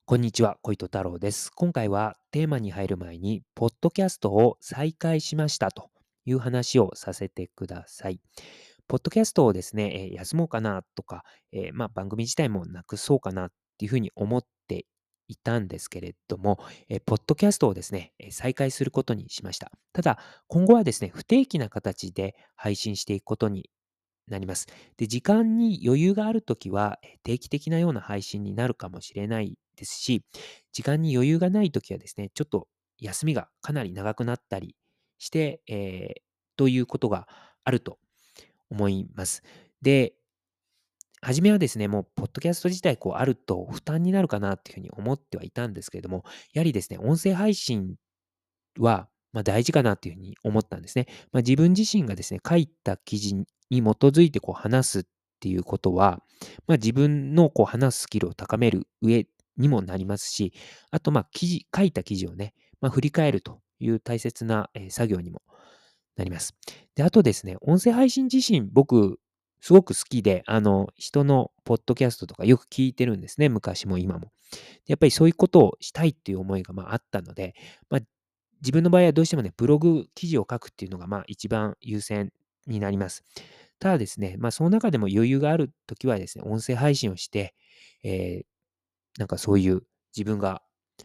こんにちは、小糸太郎です。今回はテーマに入る前に、ポッドキャストを再開しましたという話をさせてください。ポッドキャストをですね、休もうかなとか、番組自体もなくそうかなっていうふうに思っていたんですけれども、ポッドキャストをですね、再開することにしました。ただ、今後はですね、不定期な形で配信していくことになります。で、時間に余裕があるときは、定期的なような配信になるかもしれないですし、時間に余裕がないときはですね、ちょっと休みがかなり長くなったりして、ということがあると思います。で、初めはですね、もうポッドキャスト自体あると負担になるかなっていうふうに思ってはいたんですけれども、やはりですね、音声配信は、大事かなっていうふうに思ったんですね。自分自身がですね、書いた記事に基づいて話すっていうことは、自分の話すスキルを高める上にもなりますし、あと書いた記事をね、振り返るという大切な作業にもなります。で、あとですね、音声配信自身、僕、すごく好きで、人のポッドキャストとかよく聞いてるんですね、昔も今も。やっぱりそういうことをしたいっていう思いがあったので、まあ、自分の場合はどうしてもね、ブログ記事を書くっていうのが一番優先になります。ただですね、その中でも余裕があるときはですね、音声配信をして、えーそういう自分が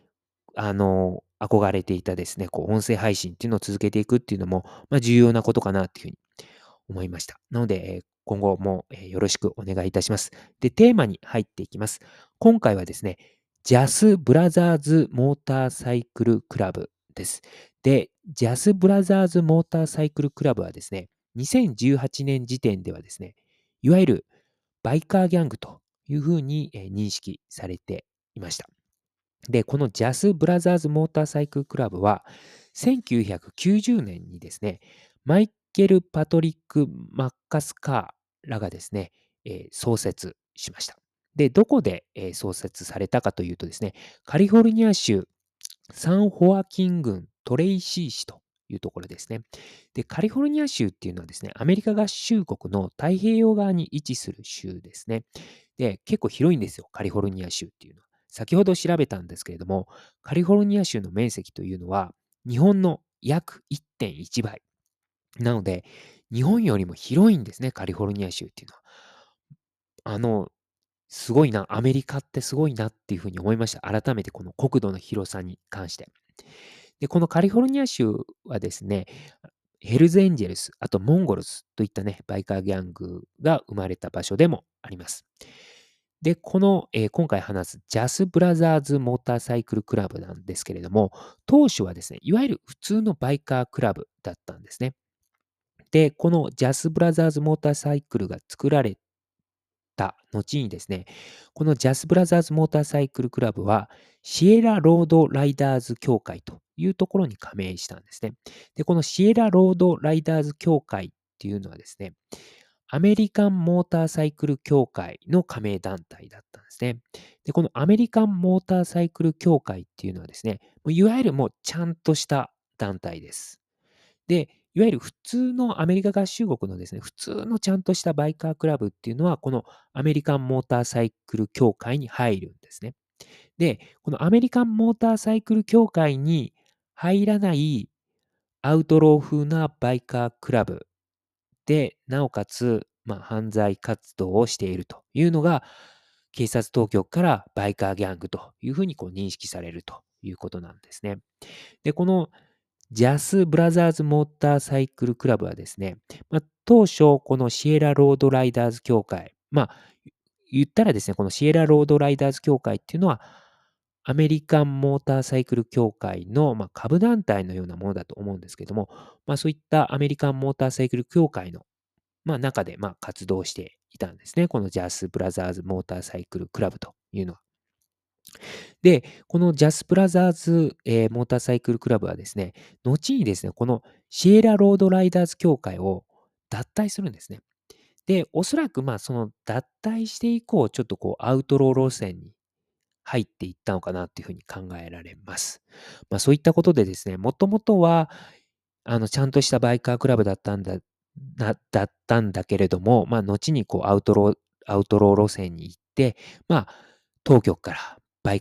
憧れていたですね、音声配信っていうのを続けていくっていうのも、重要なことかなっていうふうに思いました。なので、今後も、よろしくお願いいたします。で、テーマに入っていきます。今回はですね、ジャスブラザーズモーターサイクルクラブです。で、ジャスブラザーズモーターサイクルクラブはですね、2018年時点ではですね、いわゆるバイカーギャングというふうに認識されていました。で、このジャス・ブラザーズ・モーターサイクル・クラブは、1990年にですね、マイケル・パトリック・マッカスカーらがですね、創設しました。で、どこで、創設されたかというとですね、カリフォルニア州サンホアキン郡トレイシー市というところですね。で、カリフォルニア州っていうのはですね、アメリカ合衆国の太平洋側に位置する州ですね。で、結構広いんですよ、カリフォルニア州っていうのは。先ほど調べたんですけれども、カリフォルニア州の面積というのは、日本の約1.1倍。なので、日本よりも広いんですね、カリフォルニア州っていうのは。あの、すごいな、アメリカってすごいなっていうふうに思いました。改めてこの国土の広さに関して。で、このカリフォルニア州はですね、ヘルズエンジェルス、あとモンゴルズといったね、バイカーギャングが生まれた場所でもあります。で、この、今回話すジャスブラザーズモーターサイクルクラブなんですけれども、当初はですね、いわゆる普通のバイカークラブだったんですね。で、このジャスブラザーズモーターサイクルが作られた後にですね、このジャスブラザーズモーターサイクルクラブは、シエラロードライダーズ協会というところに加盟したんですね。で、このシエラロードライダーズ協会っていうのはですね、アメリカンモーターサイクル協会の加盟団体だったんですね。で、このアメリカンモーターサイクル協会っていうのはですね、いわゆるもうちゃんとした団体です。で、いわゆる普通のアメリカ合衆国のですね、普通のちゃんとしたバイカークラブっていうのは、このアメリカンモーターサイクル協会に入るんですね。で、このアメリカンモーターサイクル協会に入らないアウトロー風なバイカークラブで、なおかつ、犯罪活動をしているというのが、警察当局からバイカーギャングというふうに認識されるということなんですね。で、このジャス・ブラザーズ・モーターサイクル・クラブはですね、当初、このシエラ・ロード・ライダーズ協会、言ったらですね、このシエラ・ロード・ライダーズ協会っていうのは、アメリカンモーターサイクル協会の、下部団体のようなものだと思うんですけども、そういったアメリカンモーターサイクル協会の、中で、活動していたんですね。このジャス・ブラザーズ・モーターサイクル・クラブというのは。で、このジャスブラザーズ、モーターサイクルクラブはですね、後にですね、このシエラロードライダーズ協会を脱退するんですね。で、おそらくその脱退して以降、ちょっとアウトロー路線に入っていったのかなっていうふうに考えられます。そういったことでですね、もともとは、ちゃんとしたバイカークラブだったんだけれども、後にアウトロー路線に行って、当局からバイカー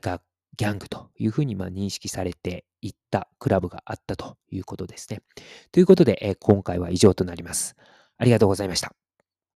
ギャングというふうに認識されていったクラブがあったということですね。ということで、今回は以上となります。ありがとうございました。